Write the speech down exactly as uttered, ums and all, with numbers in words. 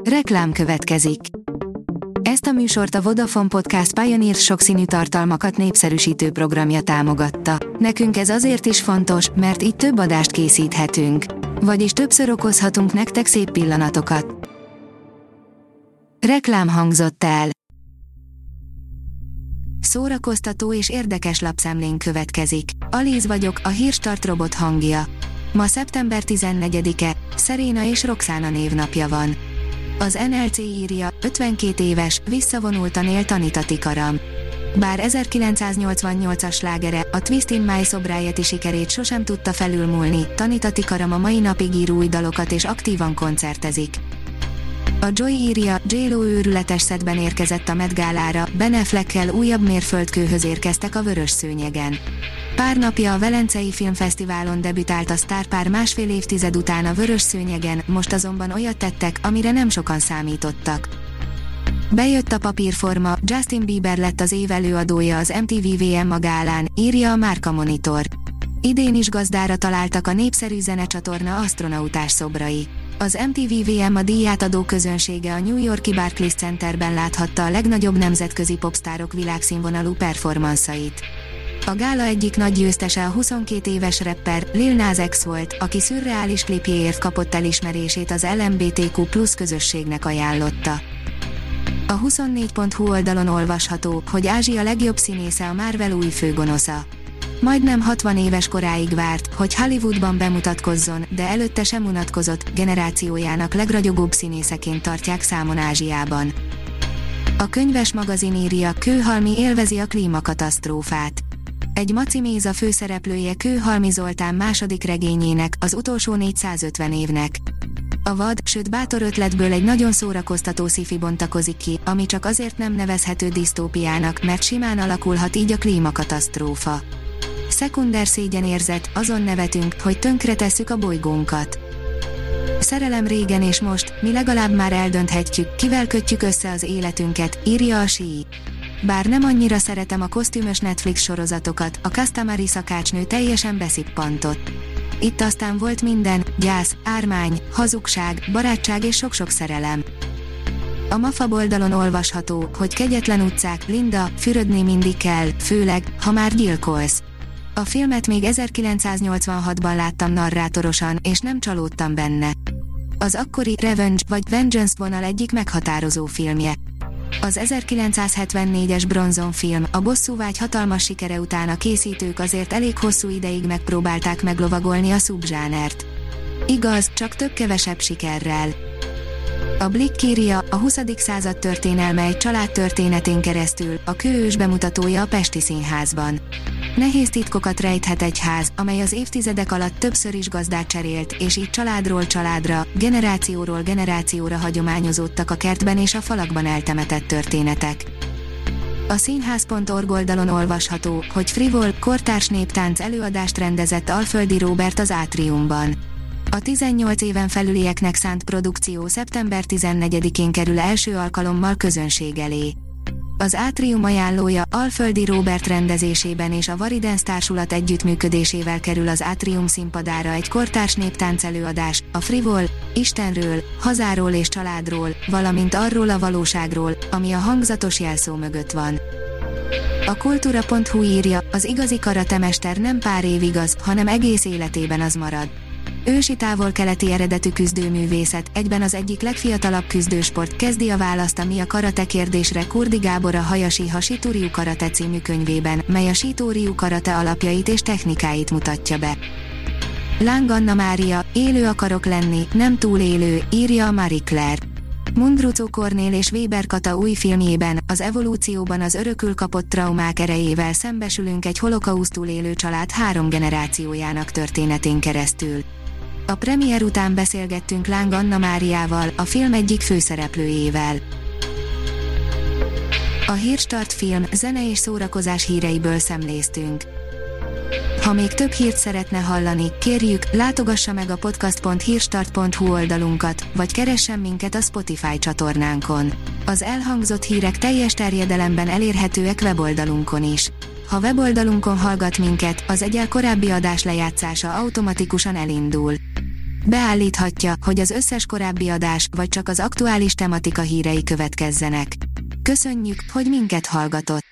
Reklám következik. Ezt a műsort a Vodafone Podcast Pioneer sokszínű tartalmakat népszerűsítő programja támogatta. Nekünk ez azért is fontos, mert így több adást készíthetünk. Vagyis többször okozhatunk nektek szép pillanatokat. Reklám hangzott el. Szórakoztató és érdekes lapszemlén következik. Alíz vagyok, a Hírstart robot hangja. Ma szeptember tizennegyedike, Szeréna és Roxana névnapja van. Az en el cé írja, ötvenkét éves, visszavonultan él Tanita Tikaram. Bár ezerkilencszáznyolcvannyolcas slágere, a Twist in My Sobriety sikerét sosem tudta felülmúlni, Tanita Tikaram a mai napig ír új dalokat és aktívan koncertezik. A Joy írja, J-Lo őrületes szettben érkezett a Met Gálára, Ben Affleckkel újabb mérföldkőhöz érkeztek a vörös szőnyegen. Pár napja a Velencei Filmfesztiválon debütált a sztárpár másfél évtized után a vörös szőnyegen, most azonban olyat tettek, amire nem sokan számítottak. Bejött a papírforma, Justin Bieber lett az év előadója az em té vé vé em a gálán, írja a Márka Monitor. Idén is gazdára találtak a népszerű zenecsatorna asztronautás szobrai. Az em té vé vé em a díját adó közönsége a New York-i Barclays Centerben láthatta a legnagyobb nemzetközi popstárok világszínvonalú performanszait. A gála egyik nagy győztese a huszonkét éves rapper, Lil Nas X volt, aki szürreális klipjéért kapott elismerését az el em bé té kú plusz közösségnek ajánlotta. A huszonnégy pont hu oldalon olvasható, hogy Ázsia legjobb színésze a Marvel új főgonosza. Majdnem hatvan éves koráig várt, hogy Hollywoodban bemutatkozzon, de előtte sem unatkozott, generációjának legragyogóbb színészeként tartják számon Ázsiában. A Könyves magazin írja, Kőhalmi élvezi a klímakatasztrófát. Egy Maci Méza főszereplője Kőhalmi Zoltán második regényének, az utolsó négyszázötven évnek. A vad, sőt bátor ötletből egy nagyon szórakoztató sci-fi bontakozik ki, ami csak azért nem nevezhető disztópiának, mert simán alakulhat így a klímakatasztrófa. Szekunder szégyenérzet, azon nevetünk, hogy tönkretesszük a bolygónkat. Szerelem régen és most, mi legalább már eldönthetjük, kivel kötjük össze az életünket, írja a sí. Bár nem annyira szeretem a kosztümös Netflix sorozatokat, a Customary szakácsnő teljesen beszippantott. Itt aztán volt minden, gyász, ármány, hazugság, barátság és sok-sok szerelem. A Mafab oldalon olvasható, hogy kegyetlen utcák, Linda, fürödni mindig kell, főleg, ha már gyilkolsz. A filmet még ezerkilencszáznyolcvanhatban láttam narrátorosan, és nem csalódtam benne. Az akkori Revenge vagy Vengeance vonal egyik meghatározó filmje. Az ezerkilencszázhetvennégyes Bronson film, a bosszúvágy hatalmas sikere után a készítők azért elég hosszú ideig megpróbálták meglovagolni a szubzsánert. Igaz, csak több-kevesebb sikerrel. A Blick írja, a huszadik század történelme egy család történetén keresztül, a Kőős bemutatója a Pesti Színházban. Nehéz titkokat rejthet egy ház, amely az évtizedek alatt többször is gazdát cserélt, és így családról családra, generációról generációra hagyományozódtak a kertben és a falakban eltemetett történetek. A színház pont org oldalon olvasható, hogy frivol, kortárs néptánc előadást rendezett Alföldi Róbert az Átriumban. A tizennyolc éven felülieknek szánt produkció szeptember tizennegyedikén kerül első alkalommal közönség elé. Az Átrium ajánlója, Alföldi Róbert rendezésében és a Varidens társulat együttműködésével kerül az Átrium színpadára egy kortárs néptánc előadás, a frivol, Istenről, hazáról és családról, valamint arról a valóságról, ami a hangzatos jelszó mögött van. A kultúra pont hu írja, az igazi karatemester nem pár évig az, hanem egész életében az marad. Ősi távol-keleti eredetű küzdőművészet, egyben az egyik legfiatalabb küzdősport, kezdi a választ a Mi a karate kérdésre Kurdi Gábor a Hayashi-ha Shitoryu Karate című könyvében, mely a Shitoryu Karate alapjait és technikáit mutatja be. Láng Anna Mária, élő akarok lenni, nem túl élő, írja a Marie Claire. Mundruczó Kornél és Weber Kata új filmjében, az evolúcióban az örökül kapott traumák erejével szembesülünk egy holokausztul élő család három generációjának történetén keresztül. A premier után beszélgettünk Láng Anna Máriával, a film egyik főszereplőjével. A Hírstart film, zene és szórakozás híreiből szemléztünk. Ha még több hírt szeretne hallani, kérjük, látogassa meg a podcast pont hírstart pont hu oldalunkat, vagy keressen minket a Spotify csatornánkon. Az elhangzott hírek teljes terjedelemben elérhetőek weboldalunkon is. Ha weboldalunkon hallgat minket, az egyel korábbi adás lejátszása automatikusan elindul. Beállíthatja, hogy az összes korábbi adás, vagy csak az aktuális tematika hírei következzenek. Köszönjük, hogy minket hallgatott!